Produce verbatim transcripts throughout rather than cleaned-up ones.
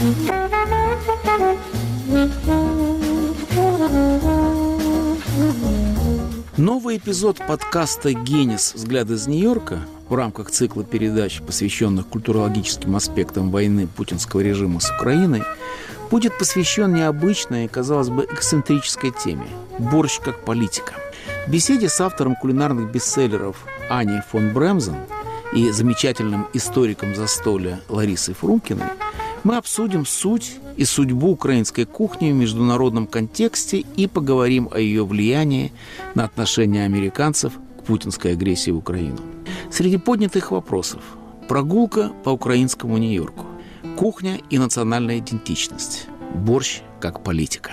Новый эпизод подкаста «Генис. Взгляд из Нью-Йорка» в рамках цикла передач, посвященных культурологическим аспектам войны путинского режима с Украиной, будет посвящен необычной и, казалось бы, эксцентрической теме – борщ как политика. В беседе с автором кулинарных бестселлеров Аней фон Бремзен и замечательным историком застолья Ларисой Фрумкиной мы обсудим суть и судьбу украинской кухни в международном контексте и поговорим о ее влиянии на отношение американцев к путинской агрессии в Украину. Среди поднятых вопросов – прогулка по украинскому Нью-Йорку, кухня и национальная идентичность, борщ как политика.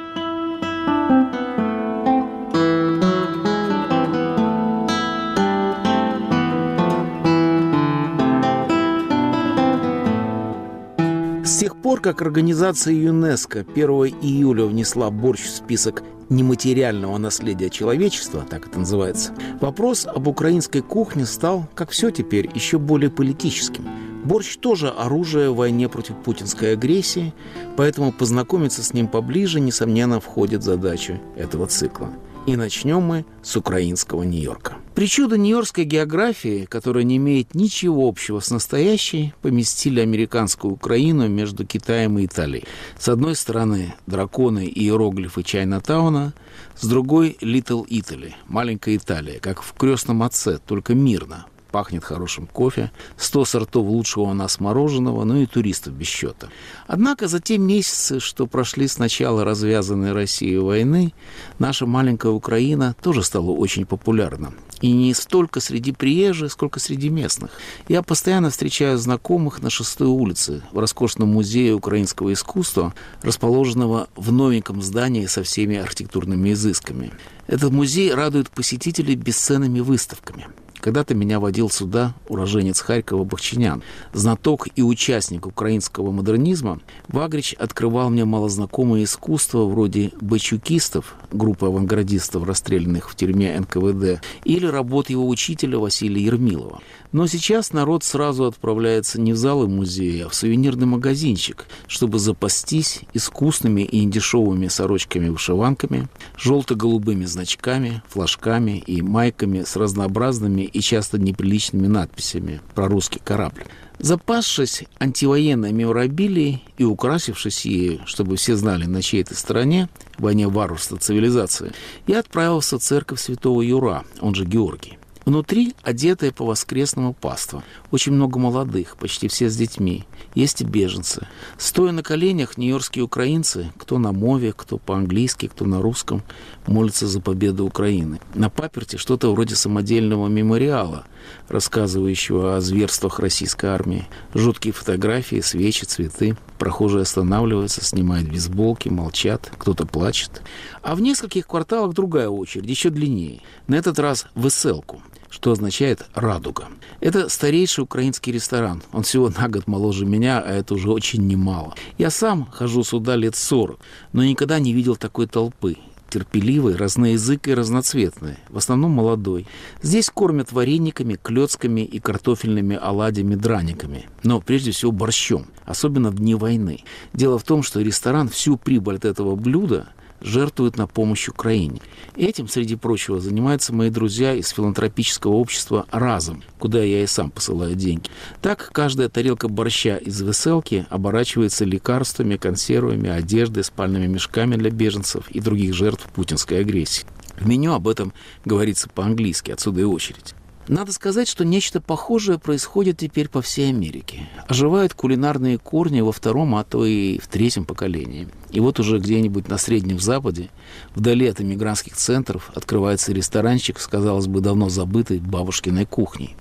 С тех пор, как организация ЮНЕСКО первого июля внесла борщ в список нематериального наследия человечества, так это называется, вопрос об украинской кухне стал, как все теперь, еще более политическим. Борщ тоже оружие в войне против путинской агрессии, поэтому познакомиться с ним поближе, несомненно, входит в задачу этого цикла. И начнем мы с украинского Нью-Йорка. Причуда нью-йоркской географии, которая не имеет ничего общего с настоящей, поместили американскую Украину между Китаем и Италией. С одной стороны драконы и иероглифы Чайна-тауна, с другой Литл Итали, маленькая Италия, как в «Крестном отце», только мирно. Пахнет хорошим кофе, сто сортов лучшего у нас мороженого, ну и туристов без счета. Однако за те месяцы, что прошли с начала развязанной Россией войны, наша маленькая Украина тоже стала очень популярна. И не столько среди приезжих, сколько среди местных. Я постоянно встречаю знакомых на шестой улице, в роскошном музее украинского искусства, расположенного в новеньком здании со всеми архитектурными изысками. Этот музей радует посетителей бесценными выставками. Когда-то меня водил сюда уроженец Харькова Бахчинян, знаток и участник украинского модернизма. Вагрич открывал мне малознакомое искусство вроде бачукистов, группы авангардистов, расстрелянных в тюрьме эн ка вэ дэ, или работ его учителя Василия Ермилова. Но сейчас народ сразу отправляется не в залы музея, а в сувенирный магазинчик, чтобы запастись искусными и недешевыми сорочками-вышиванками, желто-голубыми значками, флажками и майками с разнообразными и часто неприличными надписями про русский корабль. Запасшись антивоенной меморабилией и украсившись ею, чтобы все знали, на чьей ты стороне, в войне варварства цивилизации, я отправился в церковь святого Юра, он же Георгий. Внутри одетые по-воскресному паства. Очень много молодых, почти все с детьми. Есть и беженцы. Стоя на коленях, нью-йоркские украинцы, кто на мове, кто по-английски, кто на русском, молятся за победу Украины. На паперти что-то вроде самодельного мемориала, рассказывающего о зверствах российской армии. Жуткие фотографии, свечи, цветы. Прохожие останавливаются, снимают бейсболки, молчат, кто-то плачет. А в нескольких кварталах другая очередь, еще длиннее. На этот раз в Веселку, что означает «радуга». Это старейший украинский ресторан. Он всего на год моложе меня, а это уже очень немало. Я сам хожу сюда лет сорок, но никогда не видел такой толпы. Терпеливой, разноязыкой, разноцветной, в основном молодой. Здесь кормят варениками, клёцками и картофельными оладьями-драниками, но прежде всего борщом, особенно в дни войны. Дело в том, что ресторан всю прибыль от этого блюда жертвует на помощь Украине. Этим, среди прочего, занимаются мои друзья из филантропического общества «Разом», куда я и сам посылаю деньги. Так, каждая тарелка борща из Веселки оборачивается лекарствами, консервами, одеждой, спальными мешками для беженцев и других жертв путинской агрессии. В меню об этом говорится по-английски, отсюда и очередь. Надо сказать, что нечто похожее происходит теперь по всей Америке. Оживают кулинарные корни во втором, а то и в третьем поколении. И вот уже где-нибудь на Среднем Западе, вдали от эмигрантских центров, открывается ресторанчик с, казалось бы, давно забытой бабушкиной кухней.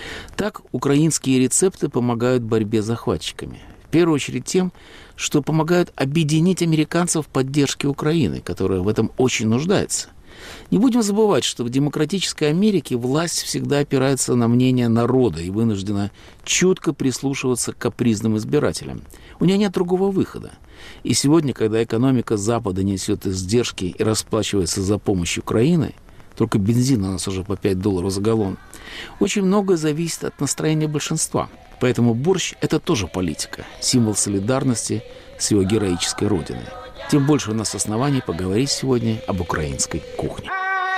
Так украинские рецепты помогают борьбе с захватчиками. В первую очередь тем, что помогают объединить американцев в поддержке Украины, которая в этом очень нуждается. Не будем забывать, что в демократической Америке власть всегда опирается на мнение народа и вынуждена чутко прислушиваться к капризным избирателям. У нее нет другого выхода. И сегодня, когда экономика Запада несет издержки и расплачивается за помощь Украины, только бензин у нас уже по пять долларов за галлон, очень многое зависит от настроения большинства. Поэтому борщ – это тоже политика, символ солидарности с его героической родиной. Тем больше у нас оснований поговорить сегодня об украинской кухне.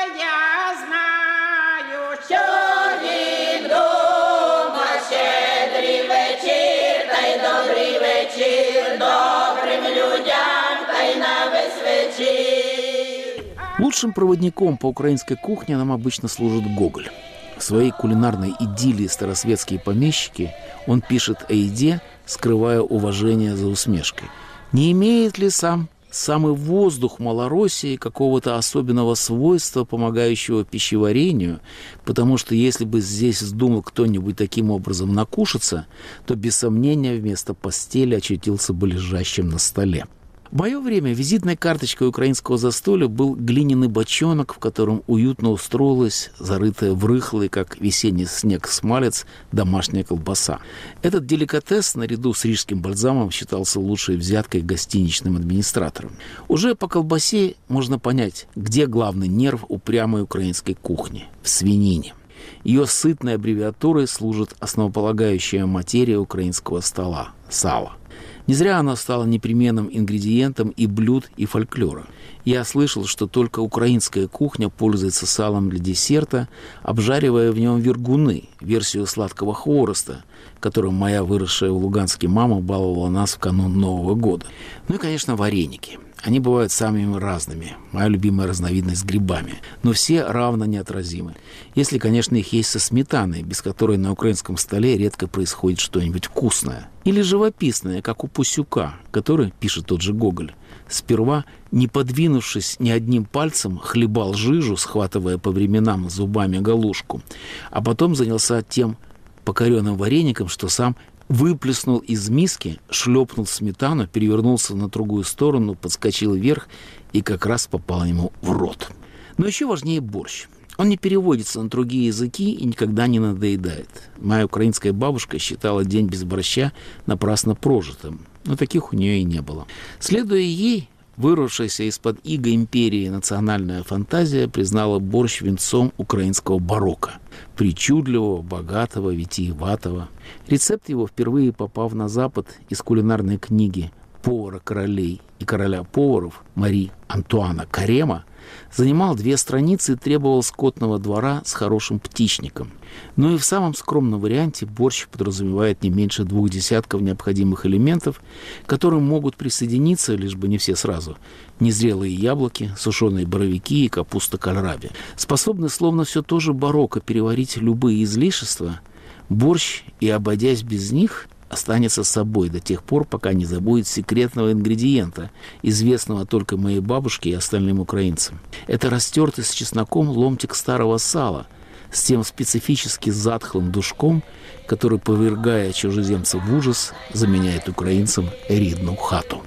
Лучшим проводником по украинской кухне нам обычно служит Гоголь. В своей кулинарной идиллии «Старосветские помещики» он пишет о еде, скрывая уважение за усмешкой. Не имеет ли сам самый воздух Малороссии какого-то особенного свойства, помогающего пищеварению? Потому что если бы здесь вздумал кто-нибудь таким образом накушаться, то без сомнения вместо постели очутился бы лежащим на столе. В мое время визитной карточкой украинского застолья был глиняный бочонок, в котором уютно устроилась, зарытая в рыхлый, как весенний снег смалец, домашняя колбаса. Этот деликатес, наряду с рижским бальзамом, считался лучшей взяткой гостиничным администратором. Уже по колбасе можно понять, где главный нерв упрямой украинской кухни – в свинине. Ее сытной аббревиатурой служит основополагающая материя украинского стола – сало. Не зря оно стало непременным ингредиентом и блюд, и фольклора. Я слышал, что только украинская кухня пользуется салом для десерта, обжаривая в нем вергуны, версию сладкого хвороста, которым моя выросшая в Луганске мама баловала нас в канун Нового года. Ну и, конечно, вареники. Они бывают самыми разными. Моя любимая разновидность с грибами. Но все равно неотразимы. Если, конечно, их есть со сметаной, без которой на украинском столе редко происходит что-нибудь вкусное. Или живописное, как у Пусюка, который, пишет тот же Гоголь, сперва, не подвинувшись ни одним пальцем, хлебал жижу, схватывая по временам зубами галушку, а потом занялся тем покоренным вареником, что сам выплеснул из миски, шлепнул сметану, перевернулся на другую сторону, подскочил вверх и как раз попал ему в рот. Но еще важнее борщ. Он не переводится на другие языки и никогда не надоедает. Моя украинская бабушка считала день без борща напрасно прожитым, но таких у нее и не было. Следуя ей, вырвавшаяся из-под иго империи национальная фантазия признала борщ венцом украинского барокко. Причудливого, богатого, витиеватого. Рецепт его, впервые попав на Запад из кулинарной книги повара королей и короля поваров Мари Антуана Карема, занимал две страницы и требовал скотного двора с хорошим птичником. Но и в самом скромном варианте борщ подразумевает не меньше двух десятков необходимых элементов, к которым могут присоединиться, лишь бы не все сразу, незрелые яблоки, сушеные боровики и капуста кальраби. Способны, словно все то же барокко, переварить любые излишества, борщ, и, обойдясь без них, останется с собой до тех пор, пока не забудет секретного ингредиента, известного только моей бабушке и остальным украинцам. Это растертый с чесноком ломтик старого сала с тем специфически затхлым душком, который, повергая чужеземцев в ужас, заменяет украинцам рідну хату.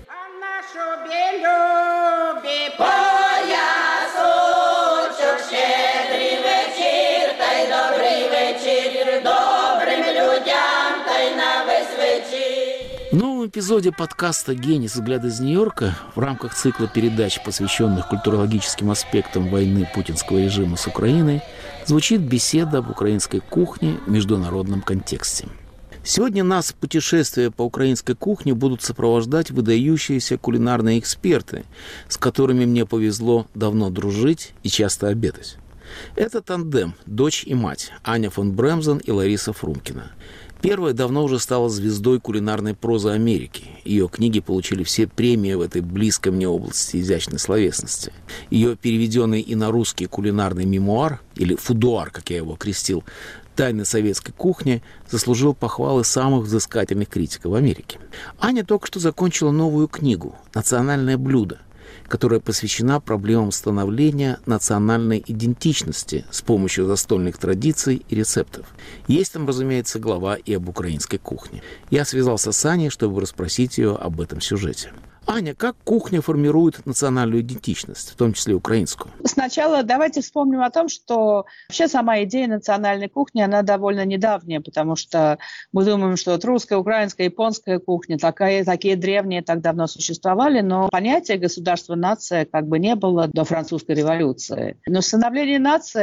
В новом эпизоде подкаста «Генис. Взгляд из Нью-Йорка» в рамках цикла передач, посвященных культурологическим аспектам войны путинского режима с Украиной, звучит беседа об украинской кухне в международном контексте. Сегодня нас в путешествии по украинской кухне будут сопровождать выдающиеся кулинарные эксперты, с которыми мне повезло давно дружить и часто обедать. Это тандем «Дочь и мать» Аня фон Бремзен и Лариса Фрумкина. Первая давно уже стала звездой кулинарной прозы Америки. Ее книги получили все премии в этой близкой мне области изящной словесности. Ее переведенный и на русский кулинарный мемуар, или фудуар, как я его крестил, «Тайны советской кухни», заслужил похвалы самых взыскательных критиков в Америке. Аня только что закончила новую книгу «Национальное блюдо», которая посвящена проблемам становления национальной идентичности с помощью застольных традиций и рецептов. Есть там, разумеется, глава и об украинской кухне. Я связался с Аней, чтобы расспросить ее об этом сюжете. Аня, как кухня формирует национальную идентичность, в том числе украинскую? Сначала давайте вспомним о том, что вообще сама идея национальной кухни, она довольно недавняя, потому что мы думаем, что вот русская, украинская, японская кухня, такая, такие древние так давно существовали, но понятия государства-нация как бы не было до французской революции. Но становление нации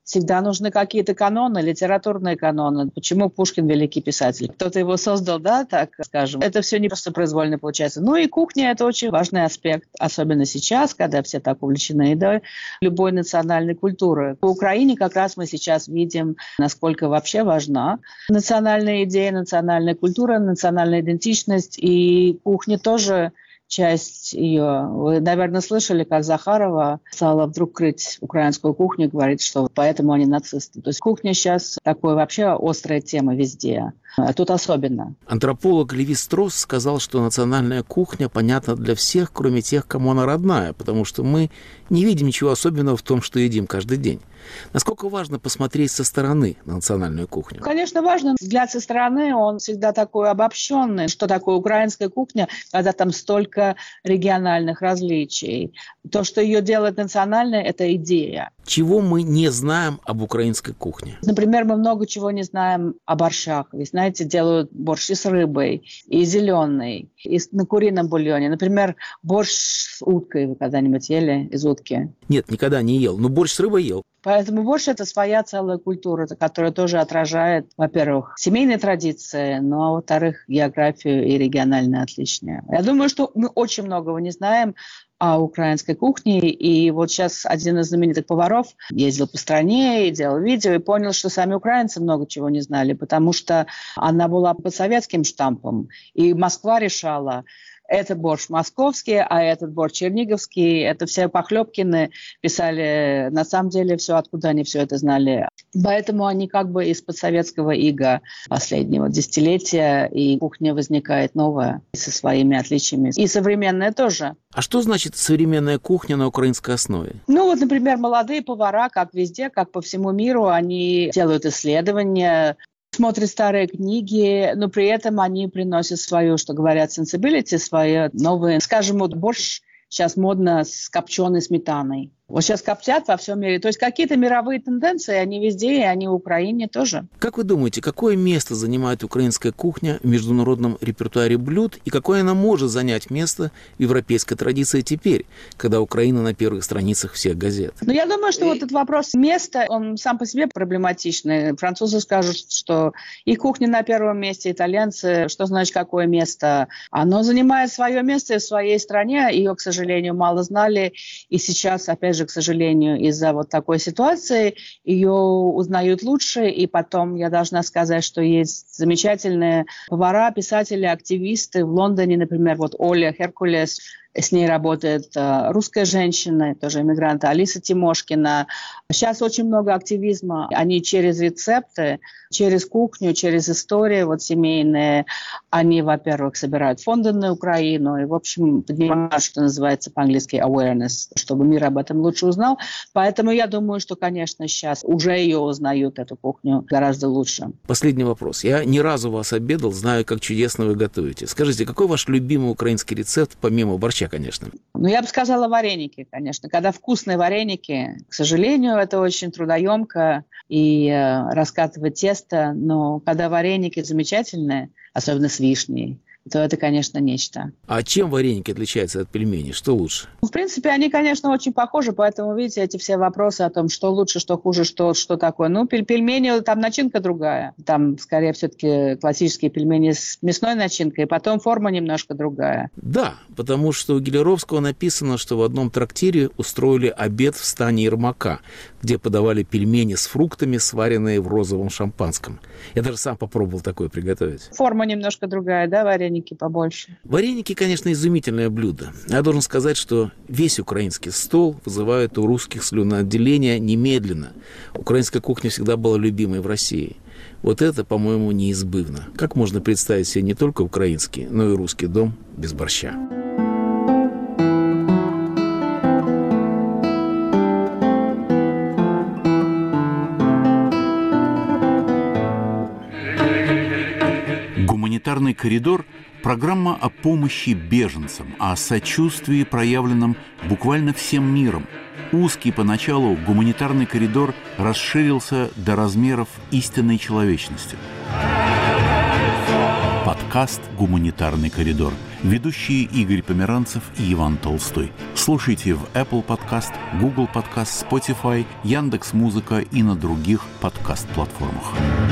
Всегда нужны какие-то каноны, литературные каноны. Почему Пушкин великий писатель? Кто-то его создал, да, так скажем. Это все не просто произвольно получается. Ну и кухня – это очень важный аспект, особенно сейчас, когда все так увлечены едой, любой национальной культуры. По Украине как раз мы сейчас видим, насколько вообще важна национальная идея, национальная культура, национальная идентичность. И кухня тоже часть ее. Вы, наверное, слышали, как Захарова стала вдруг крыть украинскую кухню, говорит, что поэтому они нацисты. То есть кухня сейчас такая вообще острая тема везде. А тут особенно. Антрополог Леви-Стросс сказал, что национальная кухня понятна для всех, кроме тех, кому она родная, потому что мы не видим ничего особенного в том, что едим каждый день. Насколько важно посмотреть со стороны на национальную кухню? Конечно, важно. Взгляд со стороны, он всегда такой обобщенный. Что такое украинская кухня, когда там столько региональных различий. То, что ее делает национальной, это идея. Чего мы не знаем об украинской кухне? Например, мы много чего не знаем о борщах. Вы знаете, делают борщ и с рыбой, и зеленый, и на курином бульоне. Например, борщ с уткой вы когда-нибудь ели из утки? Нет, никогда не ел, но борщ с рыбой ел. Поэтому борщ – это своя целая культура, которая тоже отражает, во-первых, семейные традиции, ну а во-вторых, географию и региональные отличия. Я думаю, что мы очень многого не знаем о украинской кухне, и вот сейчас один из знаменитых поваров ездил по стране и делал видео, и понял, что сами украинцы много чего не знали, потому что она была под советским штампом, и Москва решала, это борщ московский, а этот борщ черниговский. Это все Похлебкины писали, на самом деле, все, откуда они все это знали. Поэтому они как бы из-под советского ига последнего десятилетия, и кухня возникает новая со своими отличиями. И современная тоже. А что значит современная кухня на украинской основе? Ну вот, например, молодые повара, как везде, как по всему миру, они делают исследования, смотрят старые книги, но при этом они приносят свою, что говорят, sensibility, свои новые. Скажем, вот борщ сейчас модно с копченой сметаной. Вот сейчас коптят во всем мире. То есть какие-то мировые тенденции, они везде, и они в Украине тоже. Как вы думаете, какое место занимает украинская кухня в международном репертуаре блюд, и какое она может занять место в европейской традиции теперь, когда Украина на первых страницах всех газет? Ну, я думаю, что вот этот вопрос места, он сам по себе проблематичный. Французы скажут, что их кухня на первом месте, итальянцы, что значит какое место? Оно занимает свое место в своей стране, ее, к сожалению, мало знали, и сейчас, опять же, к сожалению, из-за вот такой ситуации ее узнают лучше. И потом я должна сказать, что есть замечательные повара, писатели, активисты в Лондоне, например, вот Оля Херкулес. С ней работает э, русская женщина, тоже иммигрант, Алиса Тимошкина. Сейчас очень много активизма. Они через рецепты, через кухню, через истории вот семейные, они, во-первых, собирают фонды на Украину и, в общем, поднимают, что называется по-английски awareness, чтобы мир об этом лучше узнал. Поэтому я думаю, что, конечно, сейчас уже ее узнают, эту кухню, гораздо лучше. Последний вопрос. Я ни разу вас обедал, знаю, как чудесно вы готовите. Скажите, какой ваш любимый украинский рецепт, помимо борща, конечно? Ну, я бы сказала вареники, конечно. Когда вкусные вареники, к сожалению, это очень трудоемко и э, раскатывать тесто, но когда вареники замечательные, особенно с вишней, то это, конечно, нечто. А чем вареники отличаются от пельменей? Что лучше? В принципе, они, конечно, очень похожи, поэтому, видите, эти все вопросы о том, что лучше, что хуже, что, что такое. Ну, пельмени, там начинка другая. Там, скорее, все-таки классические пельмени с мясной начинкой, потом форма немножко другая. Да, потому что у Гелеровского написано, что в одном трактире устроили обед в стане Ермака, где подавали пельмени с фруктами, сваренные в розовом шампанском. Я даже сам попробовал такое приготовить. Форма немножко другая, да, вареники побольше? Вареники, конечно, изумительное блюдо. Я должен сказать, что весь украинский стол вызывает у русских слюноотделение немедленно. Украинская кухня всегда была любимой в России. Вот это, по-моему, неизбывно. Как можно представить себе не только украинский, но и русский дом без борща? «Гуманитарный коридор» – программа о помощи беженцам, о сочувствии, проявленном буквально всем миром. Узкий поначалу гуманитарный коридор расширился до размеров истинной человечности. Подкаст подкаст «Гуманитарный коридор». Ведущие Игорь Померанцев и Иван Толстой. Слушайте в Apple Podcast, Google Podcast, Spotify, Яндекс.Музыка и на других подкаст-платформах.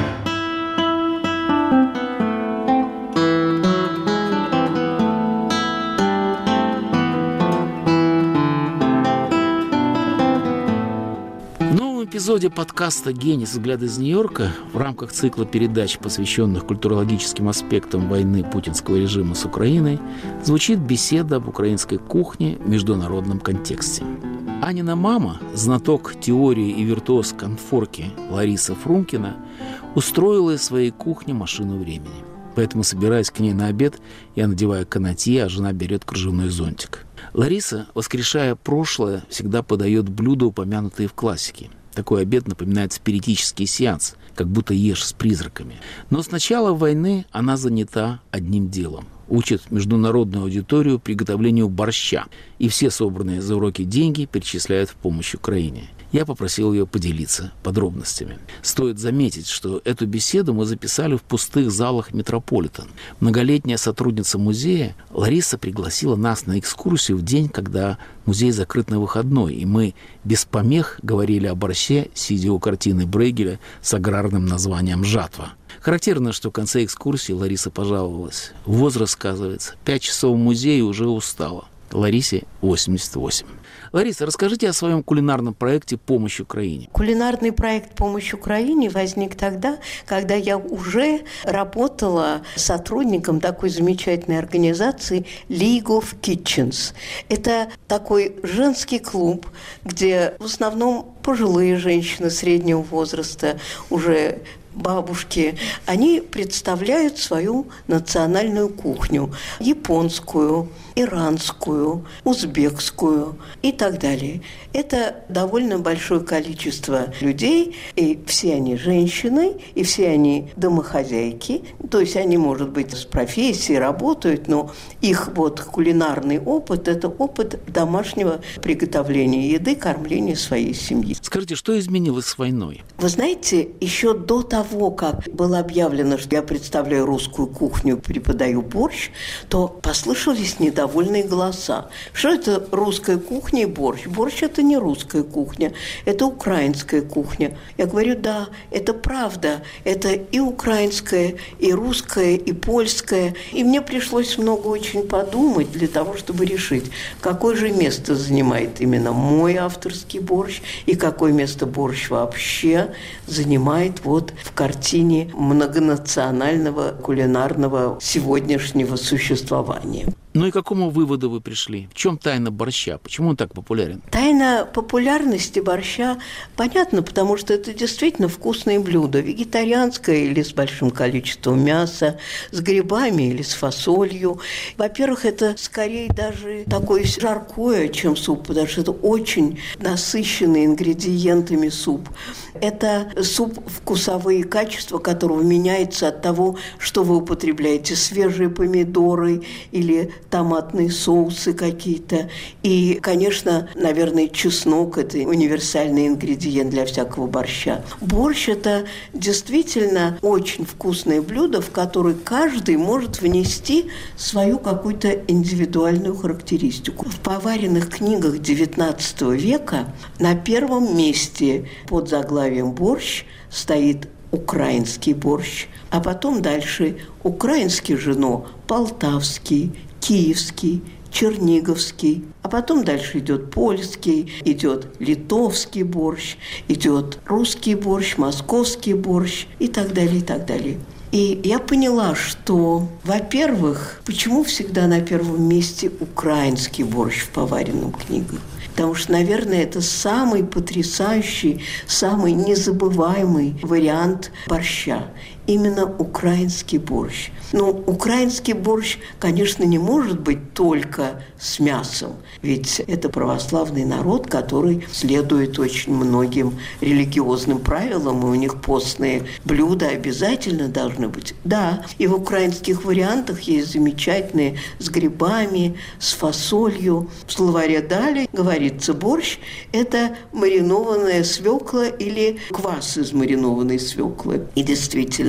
В эпизоде подкаста «Генис. Взгляд из Нью-Йорка» в рамках цикла передач, посвященных культурологическим аспектам войны путинского режима с Украиной, звучит беседа об украинской кухне в международном контексте. Анина мама, знаток теории и виртуоз конфорки Лариса Фрумкина, устроила из своей кухни машину времени. Поэтому, собираясь к ней на обед, я надеваю канатье, а жена берет кружевной зонтик. Лариса, воскрешая прошлое, всегда подает блюда, упомянутые в классике. Такой обед напоминает спиритический сеанс, как будто ешь с призраками. Но с начала войны она занята одним делом. Учит международную аудиторию приготовлению борща. И все собранные за уроки деньги перечисляют в помощь Украине. Я попросил ее поделиться подробностями. Стоит заметить, что эту беседу мы записали в пустых залах Метрополитен. Многолетняя сотрудница музея Лариса пригласила нас на экскурсию в день, когда музей закрыт на выходной, и мы без помех говорили о борще, сидя у картины Брейгеля с аграрным названием «Жатва». Характерно, что в конце экскурсии Лариса пожаловалась. Возраст, сказывается, пять часов в музее уже устала. Ларисе восемьдесят восемь. Лариса, расскажите о своем кулинарном проекте «Помощь Украине». Кулинарный проект «Помощь Украине» возник тогда, когда я уже работала сотрудником такой замечательной организации League of Kitchens. Это такой женский клуб, где в основном пожилые женщины среднего возраста, уже бабушки, они представляют свою национальную кухню. Японскую, иранскую, узбекскую и так далее. Это довольно большое количество людей, и все они женщины, и все они домохозяйки. То есть они, может быть, с профессией работают, но их вот кулинарный опыт – это опыт домашнего приготовления еды, кормления своей семьи. Скажите, что изменилось с войной? Вы знаете, еще до того, как было объявлено, что я представляю русскую кухню, преподаю борщ, то послышались недовольные голоса. Что это русская кухня и борщ? Борщ – это не русская кухня, это украинская кухня. Я говорю, да, это правда. Это и украинская, и русская, и польская. И мне пришлось много очень подумать для того, чтобы решить, какое же место занимает именно мой авторский борщ и какое место борщ вообще занимает вот в картине многонационального кулинарного сегодняшнего существования. Ну и к какому выводу вы пришли? В чем тайна борща? Почему он так популярен? Тайна популярности борща понятна, потому что это действительно вкусное блюдо. Вегетарианское или с большим количеством мяса, с грибами или с фасолью. Во-первых, это скорее даже такое жаркое, чем суп, потому что это очень насыщенный ингредиентами суп. Это суп, вкусовые качества которого меняются от того, что вы употребляете. Свежие помидоры или томатные соусы какие-то. И, конечно, наверное, чеснок – это универсальный ингредиент для всякого борща. Борщ – это действительно очень вкусное блюдо, в которое каждый может внести свою какую-то индивидуальную характеристику. В поваренных книгах девятнадцатого века на первом месте под заглавием «борщ» стоит украинский борщ, а потом дальше украинский жено, полтавский, киевский, черниговский, а потом дальше идет польский, идет литовский борщ, идет русский борщ, московский борщ и так далее, и так далее. И я поняла, что, во-первых, почему всегда на первом месте украинский борщ в поваренном книгах? Потому что, наверное, это самый потрясающий, самый незабываемый вариант борща. Именно украинский борщ. Но украинский борщ, конечно, не может быть только с мясом. Ведь это православный народ, который следует очень многим религиозным правилам, и у них постные блюда обязательно должны быть. Да, и в украинских вариантах есть замечательные с грибами, с фасолью. В словаре «Дали» говорится, борщ – это маринованная свекла или квас из маринованной свеклы. И действительно,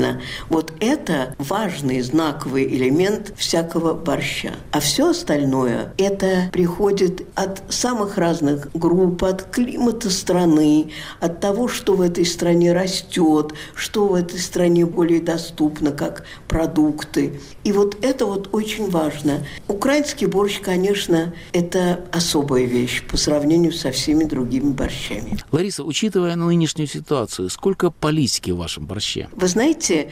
действительно, вот это важный знаковый элемент всякого борща. А все остальное, это приходит от самых разных групп, от климата страны, от того, что в этой стране растет, что в этой стране более доступно, как продукты. И вот это вот очень важно. Украинский борщ, конечно, это особая вещь по сравнению со всеми другими борщами. Лариса, учитывая нынешнюю ситуацию, сколько политики в вашем борще? Вы знаете,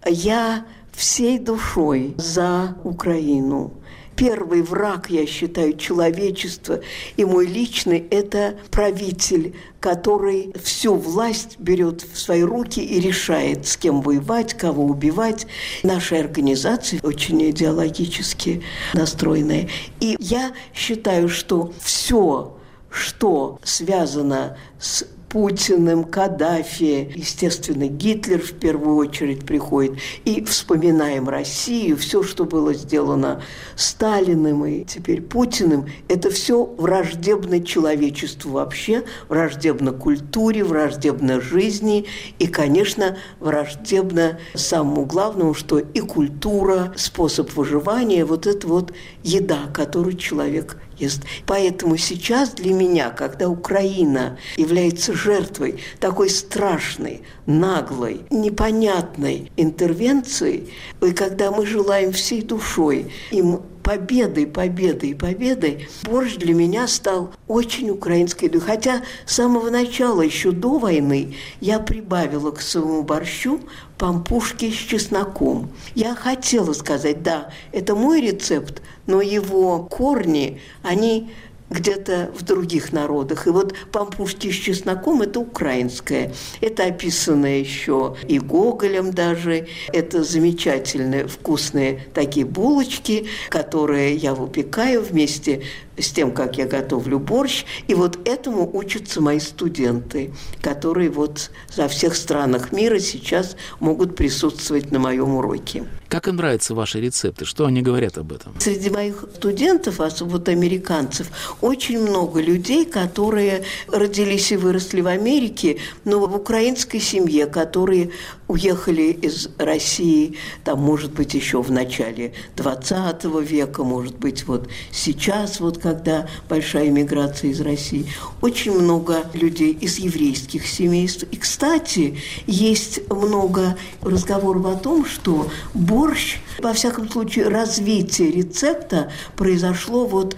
я всей душой за Украину. Первый враг, я считаю, человечества и мой личный – это правитель, который всю власть берет в свои руки и решает, с кем воевать, кого убивать. Наши организации очень идеологически настроенные. И я считаю, что все, что связано с Путиным, Каддафи, естественно, Гитлер в первую очередь приходит. И вспоминаем Россию, все, что было сделано Сталиным и теперь Путиным, это все враждебно человечеству вообще, враждебно культуре, враждебно жизни и, конечно, враждебно самому главному, что и культура, способ выживания, вот это вот еда, которую человек ест. Поэтому сейчас для меня, когда Украина является жертвой такой страшной, наглой, непонятной интервенции, и когда мы желаем всей душой им победы, победы и победы, борщ для меня стал очень украинской едой. Хотя с самого начала, еще до войны, я прибавила к своему борщу пампушки с чесноком. Я хотела сказать, да, это мой рецепт, но его корни, они где-то в других народах. И вот пампушки с чесноком – это украинское. Это описано еще и Гоголем даже. Это замечательные вкусные такие булочки, которые я выпекаю вместе с тем, как я готовлю борщ. И вот этому учатся мои студенты, которые вот во всех странах мира сейчас могут присутствовать на моем уроке. Как им нравятся ваши рецепты? Что они говорят об этом? Среди моих студентов, особенно вот американцев, очень много людей, которые родились и выросли в Америке, но в украинской семье, которые уехали из России, там, может быть, еще в начале двадцатого века, может быть, вот сейчас, вот когда большая миграция из России. Очень много людей из еврейских семейств. И, кстати, есть много разговоров о том, что борщ, во всяком случае, развитие рецепта произошло вот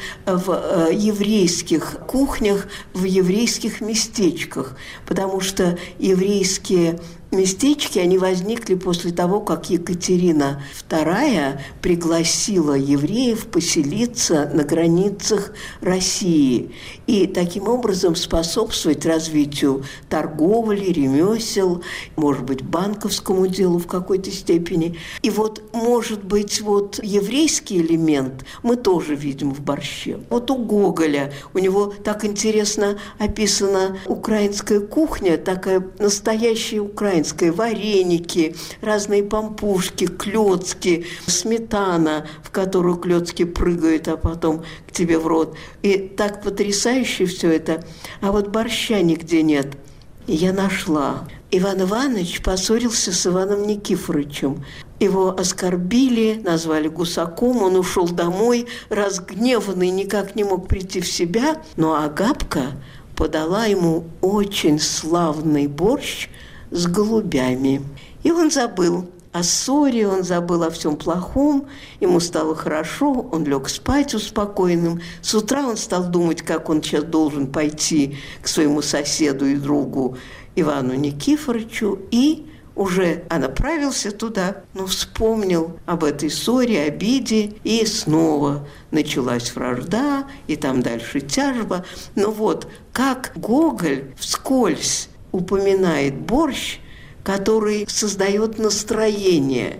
в еврейских кухнях, в еврейских местечках, потому что еврейские местечки, они возникли после того, как Екатерина вторая пригласила евреев поселиться на границах России и таким образом способствовать развитию торговли, ремесел, может быть, банковскому делу в какой-то степени. И вот, может быть, вот еврейский элемент мы тоже видим в борще. Вот у Гоголя, у него так интересно описана украинская кухня, такая настоящая украинская, вареники, разные пампушки, клёцки, сметана, в которую клёцки прыгают, а потом к тебе в рот. И так потрясающе все это. А вот борща нигде нет. И я нашла. Иван Иванович поссорился с Иваном Никифоровичем. Его оскорбили, назвали гусаком, он ушел домой, разгневанный, никак не мог прийти в себя. Но Агапка подала ему очень славный борщ с голубями. И он забыл о ссоре, он забыл о всем плохом, ему стало хорошо, он лег спать успокоенным. С утра он стал думать, как он сейчас должен пойти к своему соседу и другу Ивану Никифоровичу, и уже направился туда, но вспомнил об этой ссоре, обиде, и снова началась вражда, и там дальше тяжба. Но вот как Гоголь вскользь упоминает борщ, который создает настроение.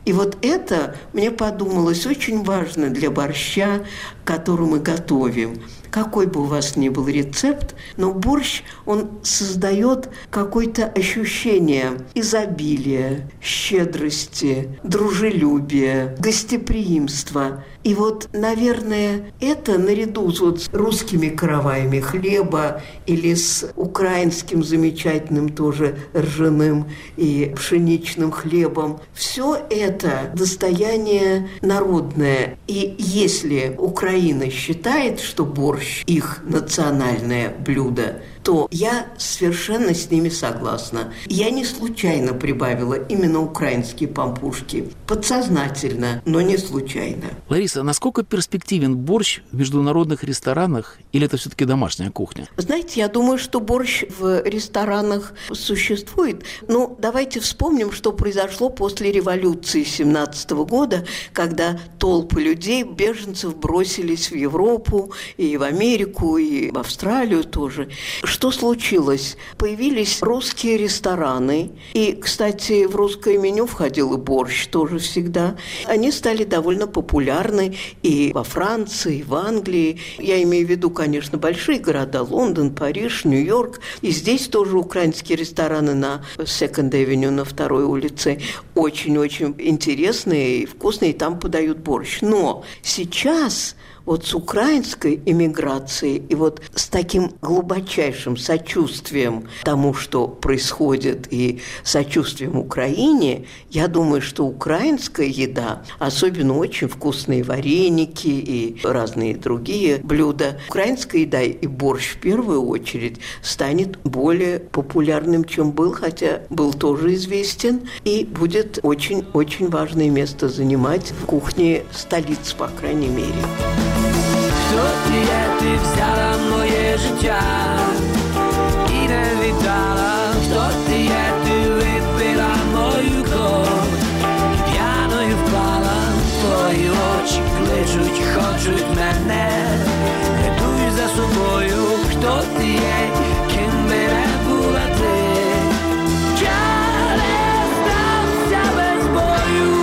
И вот это, мне подумалось, очень важно для борща, который мы готовим. Какой бы у вас ни был рецепт, но борщ, он создает какое-то ощущение изобилия, щедрости, дружелюбия, гостеприимства. И вот, наверное, это наряду с вот русскими караваями хлеба или с украинским замечательным тоже ржаным и пшеничным хлебом, все это достояние народное. И если Украина считает, что борщ их национальное блюдо, то я совершенно с ними согласна. Я не случайно прибавила именно украинские пампушки. Подсознательно, но не случайно. Лариса, насколько перспективен борщ в международных ресторанах, или это все-таки домашняя кухня? Знаете, я думаю, что борщ в ресторанах существует. Но давайте вспомним, что произошло после революции семнадцатого года, когда толпы людей, беженцев, бросились в Европу, и в Америку, и в Австралию тоже. Что случилось? Появились русские рестораны. И, кстати, в русское меню входил и борщ тоже всегда. Они стали довольно популярны и во Франции, и в Англии. Я имею в виду, конечно, большие города. Лондон, Париж, Нью-Йорк. И здесь тоже украинские рестораны на Second Avenue, на второй улице. Очень-очень интересные и вкусные. И там подают борщ. Но сейчас... Вот с украинской эмиграцией и вот с таким глубочайшим сочувствием тому, что происходит, и сочувствием Украине, я думаю, что украинская еда, особенно очень вкусные вареники и разные другие блюда, украинская еда и борщ в первую очередь станет более популярным, чем был, хотя был тоже известен, и будет очень-очень важное место занимать в кухне столиц, по крайней мере. Хто ти є, ти взяла моє життя і не віддала. Хто ти є, ти випила мою кров і п'яною вклала. Твої очі кличуть, хочуть мене. Рятуй за собою, хто ти є, ким би не була ти. Я не здамся без бою.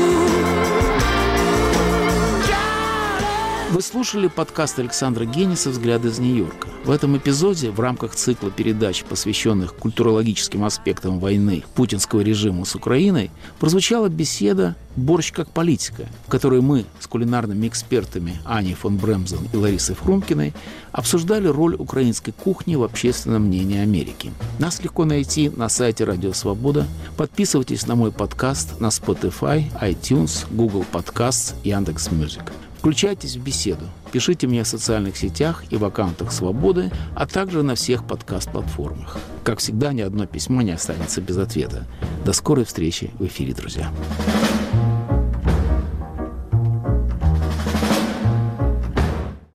Вы слушали подкаст Александра Гениса «Взгляд из Нью-Йорка». В этом эпизоде в рамках цикла передач, посвященных культурологическим аспектам войны путинского режима с Украиной, прозвучала беседа «Борщ как политика», в которой мы с кулинарными экспертами Аней фон Бремзен и Ларисой Фрумкиной обсуждали роль украинской кухни в общественном мнении Америки. Нас легко найти на сайте Радио Свобода. Подписывайтесь на мой подкаст на Spotify, iTunes, Google Podcasts, Яндекс.Мьюзик. Включайтесь в беседу, пишите мне в социальных сетях и в аккаунтах «Свободы», а также на всех подкаст-платформах. Как всегда, ни одно письмо не останется без ответа. До скорой встречи в эфире, друзья.